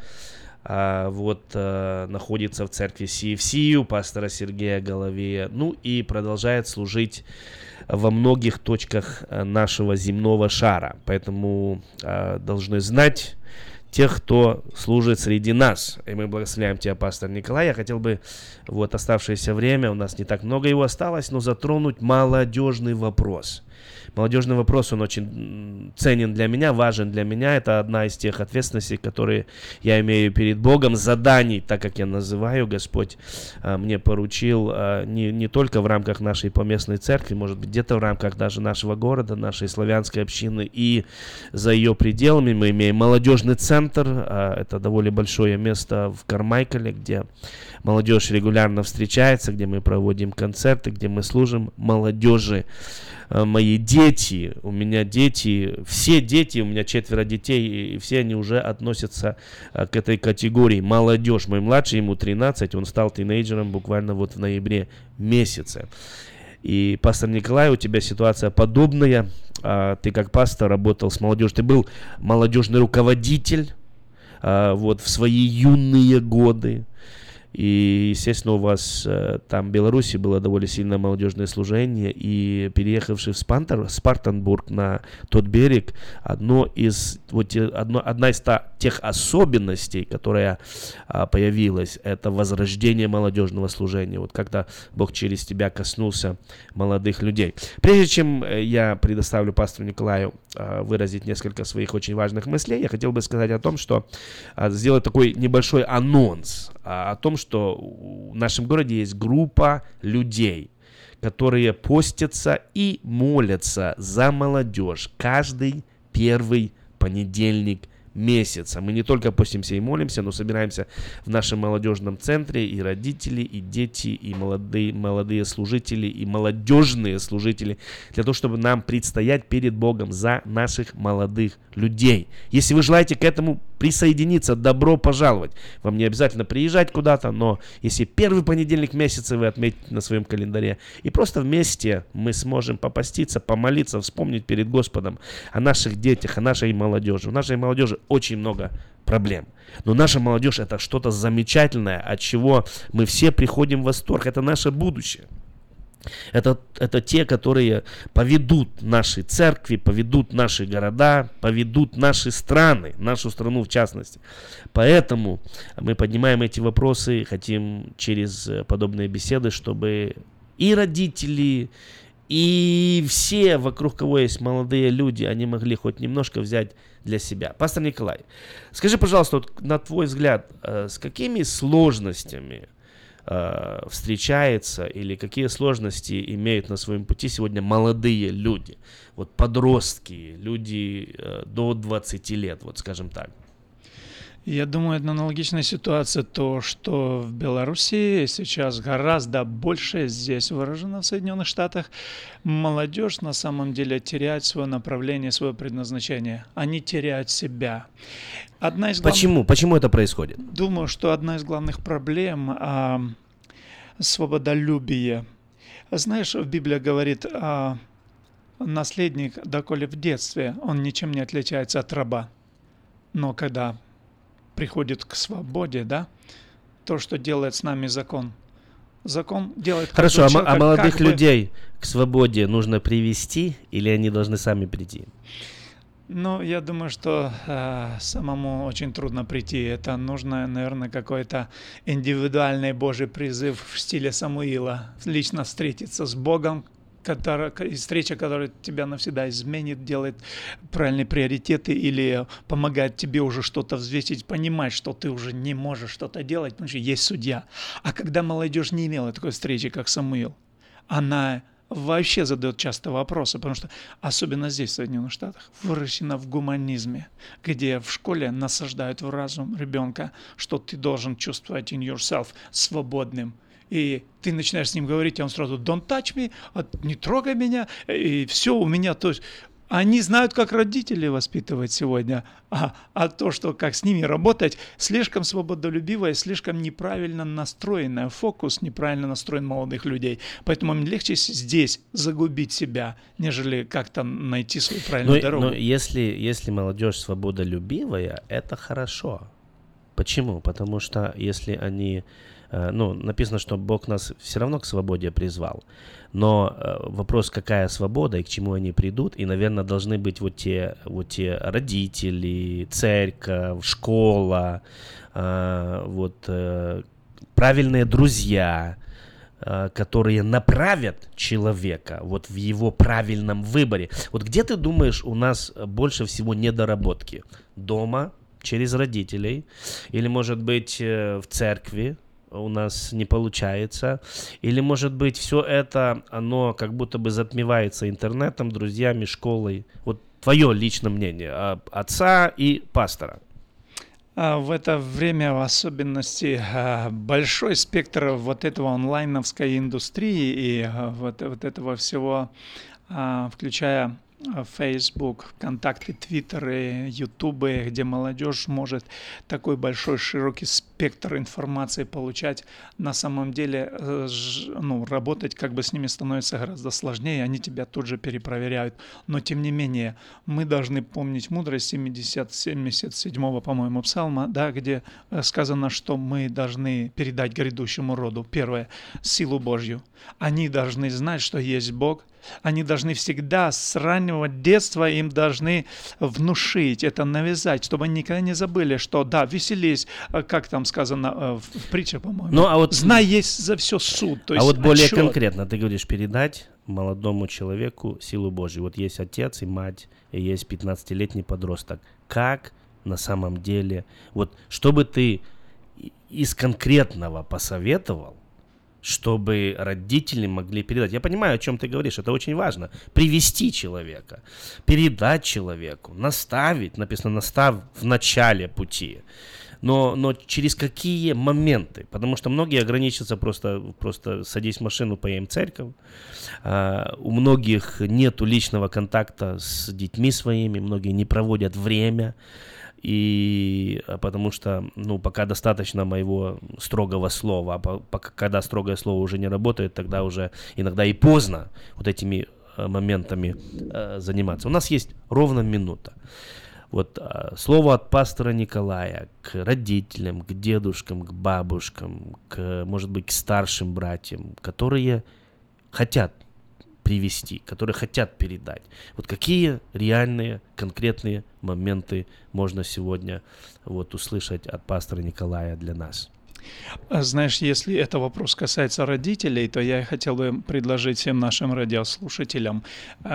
находится в церкви CFC у пастора Сергея Головея, и продолжает служить во многих точках нашего земного шара. Поэтому должны знать тех, кто служит среди нас. И мы благословляем тебя, пастор Николай. Я хотел бы оставшееся время, у нас не так много его осталось, но затронуть молодежный вопрос. Молодежный вопрос, он очень ценен для меня, важен для меня. Это одна из тех ответственностей, которые я имею перед Богом, заданий, так как я называю. Господь мне поручил не только в рамках нашей поместной церкви, может быть, где-то в рамках даже нашего города, нашей славянской общины, и за ее пределами мы имеем молодежный центр. Это довольно большое место в Кармайкале, где молодежь регулярно встречается, где мы проводим концерты, где мы служим молодежи. Мои дети, у меня дети, все дети, у меня 4 детей, и все они уже относятся к этой категории. Молодежь, мой младший, ему 13, он стал тинейджером буквально в ноябре месяце. И, пастор Николай, у тебя ситуация подобная. Ты как пастор работал с молодежью, ты был молодежный руководитель в свои юные годы. И, естественно, у вас там в Беларуси было довольно сильное молодежное служение, и переехавший в Спартанбург на тот берег, одна из тех особенностей, которая появилась, это возрождение молодежного служения. Как-то Бог через тебя коснулся молодых людей. Прежде чем я предоставлю пастору Николаю выразить несколько своих очень важных мыслей, я хотел бы сказать о том, что сделать такой небольшой анонс о том, что в нашем городе есть группа людей, которые постятся и молятся за молодежь каждый первый понедельник месяца. Мы не только постимся и молимся, но собираемся в нашем молодежном центре, и родители, и дети, и молодые служители, и молодежные служители, для того, чтобы нам предстоять перед Богом за наших молодых людей. Если вы желаете к этому присоединиться, добро пожаловать. Вам не обязательно приезжать куда-то, но если первый понедельник месяца вы отметите на своем календаре, и просто вместе мы сможем попаститься, помолиться, вспомнить перед Господом о наших детях, о нашей молодежи. У нашей молодежи очень много проблем. Но наша молодежь — это что-то замечательное, от чего мы все приходим в восторг. Это наше будущее. Это те, которые поведут наши церкви, поведут наши города, поведут наши страны, нашу страну в частности. Поэтому мы поднимаем эти вопросы, хотим через подобные беседы, чтобы и родители, и все, вокруг кого есть молодые люди, они могли хоть немножко взять для себя. Пастор Николай, скажи, пожалуйста, на твой взгляд, с какими сложностями встречается или какие сложности имеют на своем пути сегодня молодые люди, подростки, люди до 20 лет, скажем так? Я думаю, это аналогичная ситуация, то, что в Беларуси сейчас гораздо больше здесь выражено в Соединенных Штатах. Молодежь на самом деле теряет свое направление, свое предназначение. Они теряют себя. Почему? Почему это происходит? Думаю, что одна из главных проблем — свободолюбие. Знаешь, Библия говорит, наследник, доколе в детстве, он ничем не отличается от раба. Но когда приходит к свободе, да, то, что делает с нами закон делает... Хорошо, а молодых людей к свободе нужно привести или они должны сами прийти? Ну, я думаю, что самому очень трудно прийти. Это нужно, наверное, какой-то индивидуальный Божий призыв в стиле Самуила. Лично встретиться с Богом, встреча, которая тебя навсегда изменит, делает правильные приоритеты или помогает тебе уже что-то взвесить, понимать, что ты уже не можешь что-то делать, потому что есть судья. А когда молодежь не имела такой встречи, как Самуил, она вообще задает часто вопросы, потому что, особенно здесь, в Соединенных Штатах, выращена в гуманизме, где в школе насаждают в разум ребенка, что ты должен чувствовать in yourself свободным. И ты начинаешь с ним говорить, и он сразу don't touch me, не трогай меня, и все у меня. То есть они знают, как родители воспитывать сегодня, а то, что как с ними работать, слишком свободолюбивое, слишком неправильно настроенное, фокус неправильно настроен молодых людей. Поэтому им легче здесь загубить себя, нежели как-то найти свою правильную дорогу. Но если молодежь свободолюбивая, это хорошо. Почему? Потому что если они... написано, что Бог нас все равно к свободе призвал. Но вопрос, какая свобода и к чему они придут, и, наверное, должны быть вот те родители, церковь, школа, правильные друзья, которые направят человека вот в его правильном выборе. Вот где, ты думаешь, у нас больше всего недоработки? Дома, через родителей, или, может быть, в церкви у нас не получается, или, может быть, все это, оно как будто бы затмевается интернетом, друзьями, школой. Вот твое личное мнение отца и пастора. В это время, в особенности, большой спектр вот этого онлайновской индустрии и вот этого всего, включая Facebook, ВКонтакте, Твиттеры, Ютубы, где молодежь может такой большой широкий спектр информации получать. На самом деле, работать как бы с ними становится гораздо сложнее, они тебя тут же перепроверяют. Но, тем не менее, мы должны помнить мудрость 77-го, по-моему, псалма, да, где сказано, что мы должны передать грядущему роду, первое, силу Божью. Они должны знать, что есть Бог. Они должны всегда с раннего детства им должны внушить, это навязать, чтобы они никогда не забыли, что да, веселись, как там сказано в притче, по-моему, знай есть за все суд. То есть вот более конкретно ты говоришь, передать молодому человеку силу Божью. Вот есть отец и мать, и есть 15-летний подросток. Как на самом деле, вот что бы ты из конкретного посоветовал, чтобы родители могли передать. Я понимаю, о чем ты говоришь, это очень важно. Привести человека, передать человеку, наставить, написано «настав в начале пути». Но через какие моменты? Потому что многие ограничатся просто садись в машину, поедем в церковь. У многих нету личного контакта с детьми своими, многие не проводят время. И потому что, пока достаточно моего строгого слова, когда строгое слово уже не работает, тогда уже иногда и поздно вот этими моментами заниматься. У нас есть ровно минута. Вот слово от пастора Николая к родителям, к дедушкам, к бабушкам, может быть, к старшим братьям, которые хотят привести, которые хотят передать. Вот какие реальные, конкретные моменты можно сегодня услышать от пастора Николая для нас? Знаешь, если это вопрос касается родителей, то я хотел бы предложить всем нашим радиослушателям.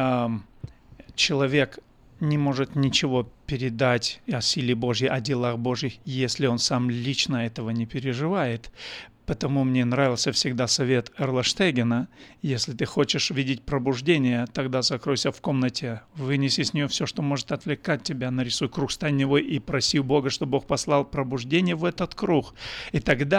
Человек не может ничего передать о силе Божьей, о делах Божьих, если он сам лично этого не переживает. Потому мне нравился всегда совет Эрла Штегена: если ты хочешь видеть пробуждение, тогда закройся в комнате, вынеси с нее все, что может отвлекать тебя, нарисуй круг, стань него и проси Бога, чтобы Бог послал пробуждение в этот круг. И тогда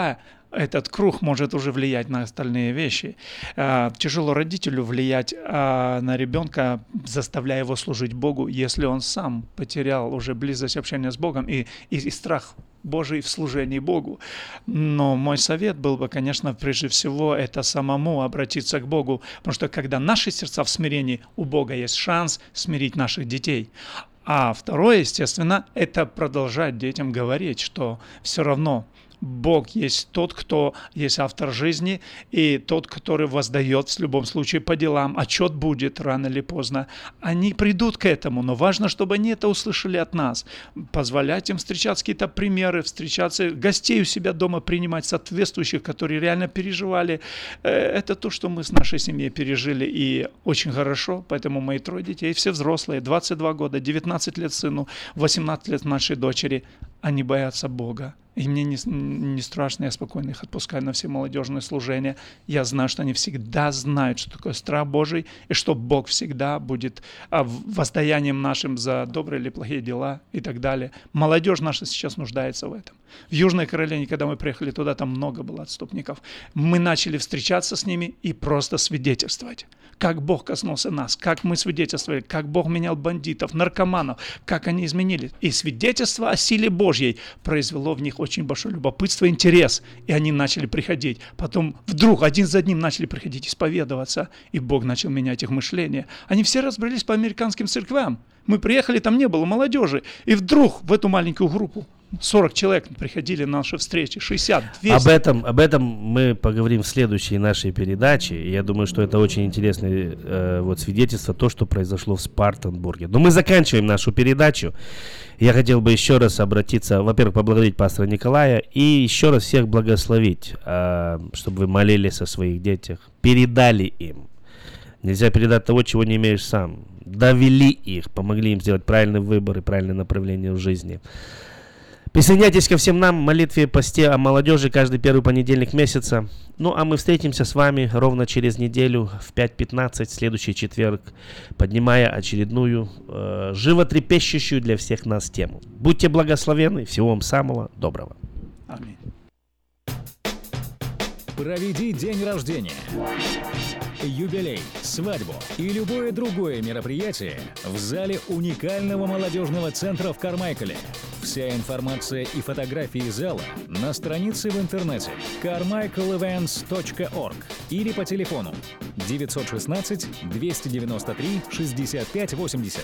этот круг может уже влиять на остальные вещи. Тяжело родителю влиять на ребенка, заставляя его служить Богу, если он сам потерял уже близость общения с Богом и страх Божий в служении Богу. Но мой совет был бы, конечно, прежде всего, это самому обратиться к Богу, потому что когда наши сердца в смирении, у Бога есть шанс смирить наших детей. А второе, естественно, это продолжать детям говорить, что все равно Бог есть тот, кто есть автор жизни, и тот, который воздает в любом случае по делам. Отчет будет рано или поздно. Они придут к этому, но важно, чтобы они это услышали от нас. Позволять им встречаться какие-то примеры, встречаться, гостей у себя дома принимать, соответствующих, которые реально переживали. Это то, что мы с нашей семьей пережили, и очень хорошо. Поэтому мои 3 детей, все взрослые, 22 года, 19 лет сыну, 18 лет нашей дочери, они боятся Бога. И мне не страшно, я спокойно их отпускаю на все молодежные служения. Я знаю, что они всегда знают, что такое страх Божий, и что Бог всегда будет воздаянием нашим за добрые или плохие дела и так далее. Молодежь наша сейчас нуждается в этом. В Южной Каролине, когда мы приехали туда, там много было отступников. Мы начали встречаться с ними и просто свидетельствовать. Как Бог коснулся нас, как мы свидетельствовали, как Бог менял бандитов, наркоманов, как они изменились. И свидетельство о силе Божьей произвело в них очень большое любопытство, интерес, и они начали приходить. Потом вдруг один за одним начали приходить исповедоваться, и Бог начал менять их мышление. Они все разбрелись по американским церквям. Мы приехали, там не было молодежи, и вдруг в эту маленькую группу 40 человек приходили на наши встречи, 60, 200. Об этом мы поговорим в следующей нашей передаче. Я думаю, что это очень интересное свидетельство, то, что произошло в Спартенбурге. Но мы заканчиваем нашу передачу. Я хотел бы еще раз обратиться, во-первых, поблагодарить пастора Николая и еще раз всех благословить, чтобы вы молились о своих детях, передали им. Нельзя передать того, чего не имеешь сам. Довели их, помогли им сделать правильный выбор и правильное направление в жизни. Присоединяйтесь ко всем нам в молитве и посте о молодежи каждый первый понедельник месяца. Ну, а мы встретимся с вами ровно через неделю в 5:15, в следующий четверг, поднимая очередную животрепещущую для всех нас тему. Будьте благословенны, всего вам самого доброго. Аминь. Проведи день рождения, юбилей, свадьбу и любое другое мероприятие в зале уникального молодежного центра в Кармайкале. Вся информация и фотографии зала на странице в интернете carmichaelevents.org или по телефону 916 293 65 80.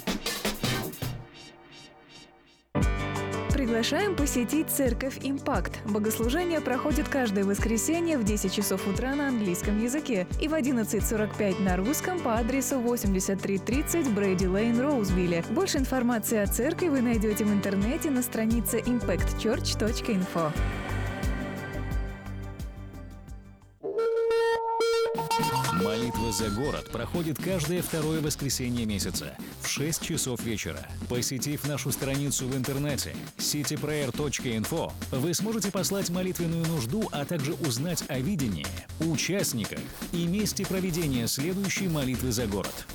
Приглашаем посетить Церковь Импакт. Богослужение проходит каждое воскресенье в 10 часов утра на английском языке и в 11:45 на русском по адресу 8330 Брейди Лейн, Роузвилле. Больше информации о церкви вы найдете в интернете на странице impactchurch.info. Молитва за город проходит каждое второе воскресенье месяца в 6 часов вечера. Посетив нашу страницу в интернете cityprayer.info, вы сможете послать молитвенную нужду, а также узнать о видении, участниках и месте проведения следующей молитвы за город.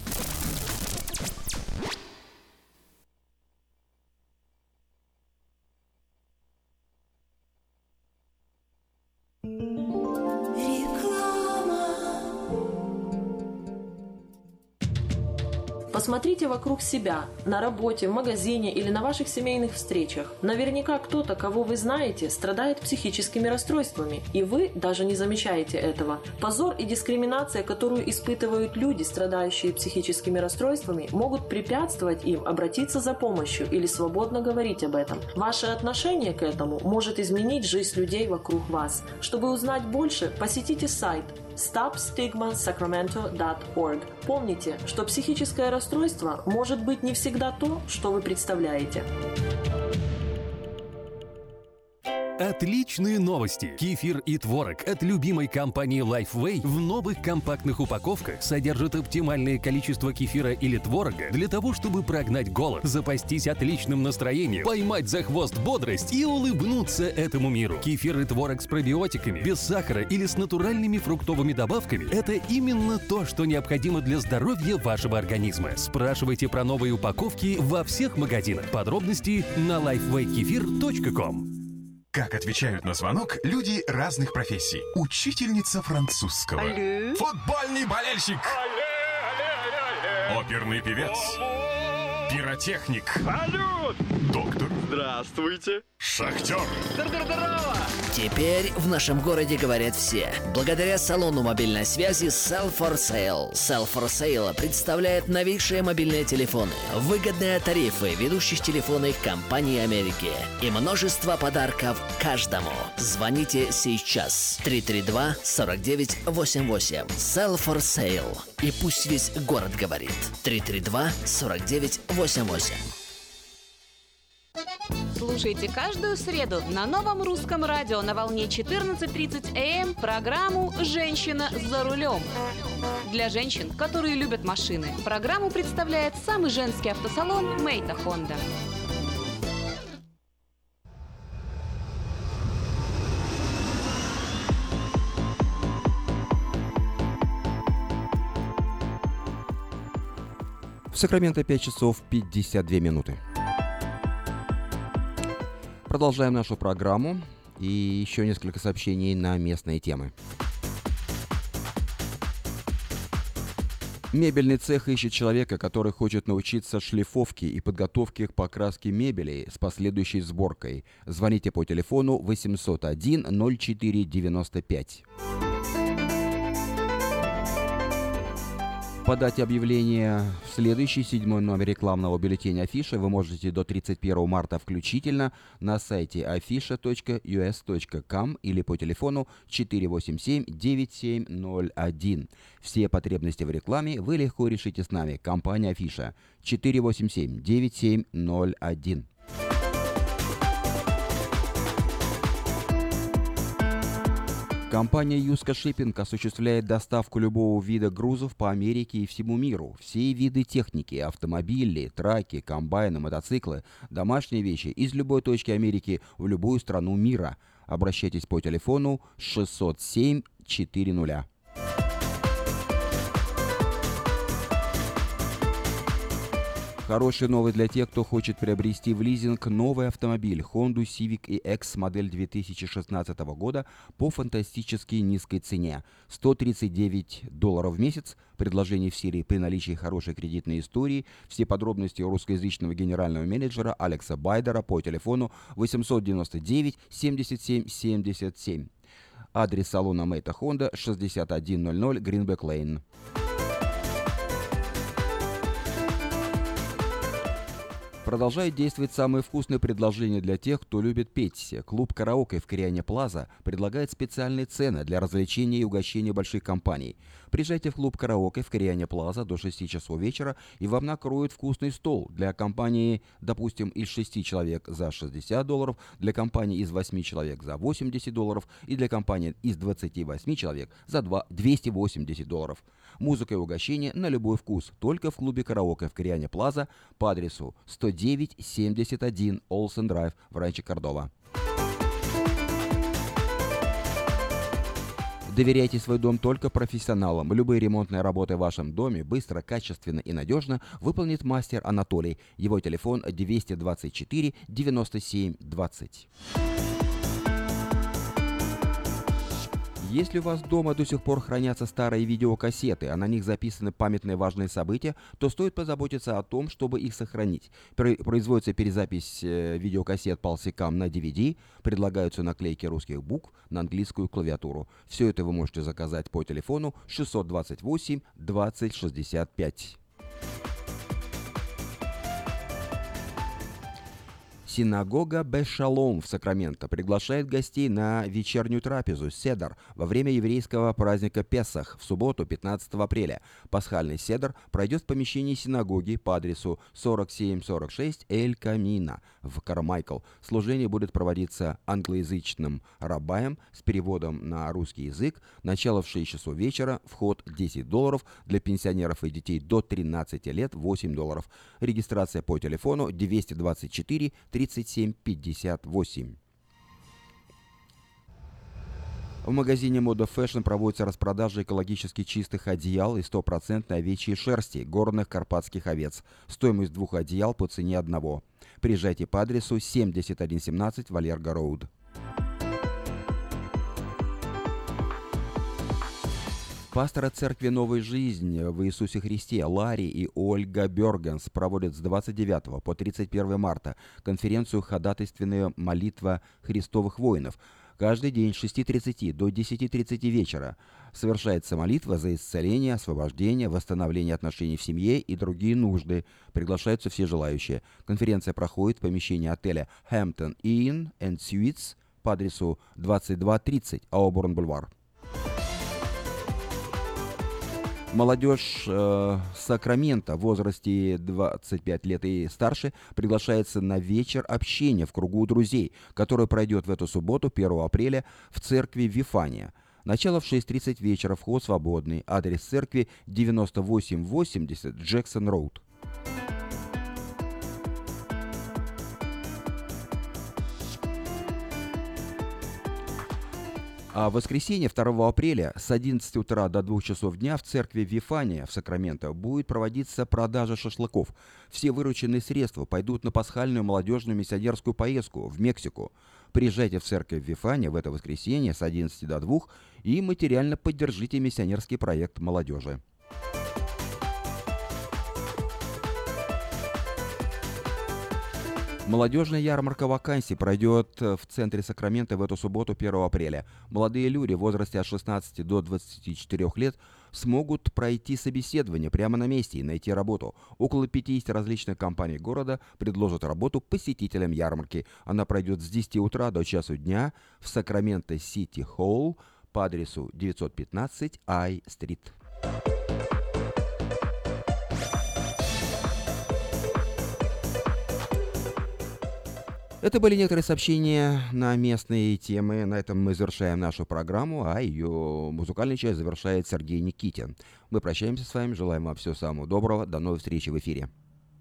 Посмотрите вокруг себя, на работе, в магазине или на ваших семейных встречах. Наверняка кто-то, кого вы знаете, страдает психическими расстройствами, и вы даже не замечаете этого. Позор и дискриминация, которую испытывают люди, страдающие психическими расстройствами, могут препятствовать им обратиться за помощью или свободно говорить об этом. Ваше отношение к этому может изменить жизнь людей вокруг вас. Чтобы узнать больше, посетите сайт stopstigmasacramento.org. Помните, что психическое расстройство может быть не всегда то, что вы представляете. Отличные новости! Кефир и творог от любимой компании Lifeway в новых компактных упаковках содержат оптимальное количество кефира или творога для того, чтобы прогнать голод, запастись отличным настроением, поймать за хвост бодрость и улыбнуться этому миру. Кефир и творог с пробиотиками, без сахара или с натуральными фруктовыми добавками – это именно то, что необходимо для здоровья вашего организма. Спрашивайте про новые упаковки во всех магазинах. Подробности на lifewaykefir.com. Как отвечают на звонок люди разных профессий. Учительница французского. Алле. Футбольный болельщик. Алле. Оперный певец. Пиротехник. Салют! Доктор. Здравствуйте. Шахтер. Здорово! Теперь в нашем городе говорят все. Благодаря салону мобильной связи Sell for Sale. Sell for Sale представляет новейшие мобильные телефоны, выгодные тарифы ведущих телефонных компаний Америки и множество подарков каждому. Звоните сейчас. 332-4988. Sell for Sale. И пусть весь город говорит. 332-4988. Слушайте каждую среду на Новом русском радио на волне 14:30 АМ программу «Женщина за рулем». Для женщин, которые любят машины, программу представляет самый женский автосалон «Мэйта Хонда». В Сакраменто 5 часов 52 минуты. Продолжаем нашу программу и еще несколько сообщений на местные темы. Мебельный цех ищет человека, который хочет научиться шлифовке и подготовке к покраске мебели с последующей сборкой. Звоните по телефону 801-04-95. Подать объявление в следующий 7-й номер рекламного бюллетеня Афиша вы можете до 31 марта включительно на сайте afisha.us.com или по телефону 487-9701. Все потребности в рекламе вы легко решите с нами. Компания Афиша 487-9701. Компания Юска Шиппинг осуществляет доставку любого вида грузов по Америке и всему миру. Все виды техники, автомобили, траки, комбайны, мотоциклы, домашние вещи из любой точки Америки в любую страну мира. Обращайтесь по телефону 607-400. Хорошая новость для тех, кто хочет приобрести в лизинг новый автомобиль Honda Civic EX модель 2016 года по фантастически низкой цене – $139 в месяц. Предложение в серии при наличии хорошей кредитной истории. Все подробности у русскоязычного генерального менеджера Алекса Байдера по телефону 899 77 77. Адрес салона Мэйта Хонда 6100 Гринбек Лейн. Продолжает действовать самое вкусное предложение для тех, кто любит петь. Клуб «Караоке» в Кориане Плаза предлагает специальные цены для развлечения и угощения больших компаний. Приезжайте в клуб «Караоке» в Кориане Плаза до 6 часов вечера, и вам накроют вкусный стол для компании, допустим, из 6 человек за $60, для компании из 8 человек за $80 и для компании из 28 человек за $280. Музыка и угощение на любой вкус, только в клубе «Караоке» в Кориане Плаза по адресу 10971 Олсен Драйв в Ранчо Кордова. Доверяйте свой дом только профессионалам. Любые ремонтные работы в вашем доме быстро, качественно и надежно выполнит мастер Анатолий. Его телефон 224 97 20. Если у вас дома до сих пор хранятся старые видеокассеты, а на них записаны памятные важные события, то стоит позаботиться о том, чтобы их сохранить. Производится перезапись видеокассет по LCCAM на DVD, предлагаются наклейки русских букв на английскую клавиатуру. Все это вы можете заказать по телефону 628 20 65. Синагога Беш-Шалом в Сакраменто приглашает гостей на вечернюю трапезу «Седр» во время еврейского праздника Песах в субботу, 15 апреля. Пасхальный «Седр» пройдет в помещении синагоги по адресу 4746 Эль-Камина в Кармайкл. Служение будет проводиться англоязычным раббаем с переводом на русский язык. Начало в 6 часов вечера, вход $10, для пенсионеров и детей до 13 лет $8. Регистрация по телефону 224 37 58. В магазине Moda Fashion проводится распродажа экологически чистых одеял из 100% овечьей шерсти горных карпатских овец. Стоимость 2 одеял по цене одного. Приезжайте по адресу 7117 Валерго Роуд. Пасторы церкви «Новая жизнь» в Иисусе Христе Ларри и Ольга Бергенс проводят с 29 по 31 марта конференцию «Ходатайственная молитва Христовых воинов». Каждый день с 6:30 до 10:30 вечера совершается молитва за исцеление, освобождение, восстановление отношений в семье и другие нужды. Приглашаются все желающие. Конференция проходит в помещении отеля Hampton Inn and Suites по адресу 2230 Ауборн-Бульвар. Молодежь Сакрамента в возрасте 25 лет и старше приглашается на вечер общения в кругу друзей, который пройдет в эту субботу, 1 апреля, в церкви Вифания. Начало в 6:30 вечера, вход свободный. Адрес церкви 9880 Джексон-Роуд. А в воскресенье 2 апреля с 11 утра до 2 часов дня в церкви Вифания в Сакраменто будет проводиться продажа шашлыков. Все вырученные средства пойдут на пасхальную молодежную миссионерскую поездку в Мексику. Приезжайте в церковь Вифания в это воскресенье с 11 до 2 и материально поддержите миссионерский проект молодежи. Молодежная ярмарка вакансий пройдет в центре Сакрамента в эту субботу, 1 апреля. Молодые люди в возрасте от 16 до 24 лет смогут пройти собеседование прямо на месте и найти работу. Около 50 различных компаний города предложат работу посетителям ярмарки. Она пройдет с 10 утра до часу дня в Сакраменто Сити Холл по адресу 915 I-стрит. Это были некоторые сообщения на местные темы. На этом мы завершаем нашу программу, а ее музыкальную часть завершает Сергей Никитин. Мы прощаемся с вами, желаем вам всего самого доброго. До новой встречи в эфире.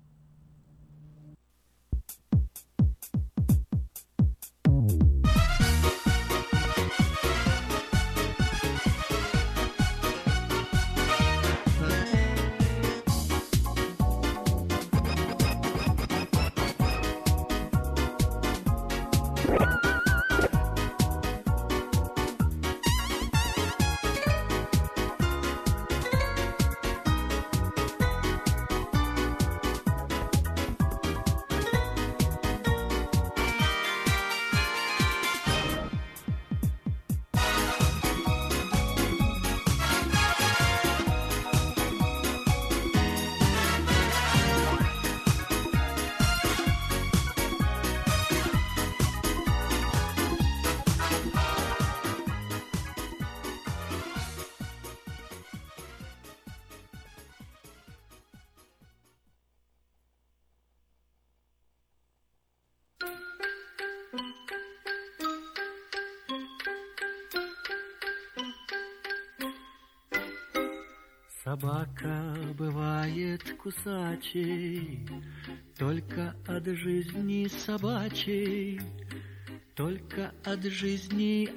Собака бывает кусачей, только от жизни собачей, только от жизни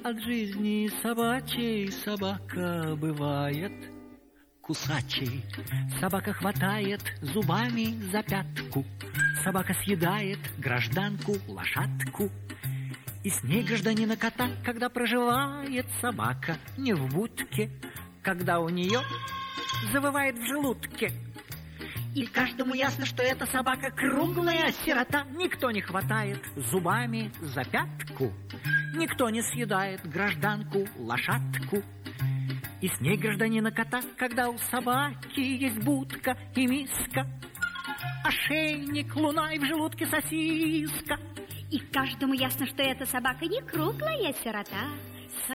собачей собака бывает кусачей. Собака хватает зубами за пятку, собака съедает гражданку лошадку. И с ней гражданина кота, когда проживает собака не в будке, когда у нее завывает в желудке. И каждому ясно, что эта собака круглая сирота. Никто не хватает зубами за пятку, никто не съедает гражданку лошадку. И с ней гражданина кота, когда у собаки есть будка и миска, ошейник, луна и в желудке сосиска. И каждому ясно, что эта собака не круглая сирота.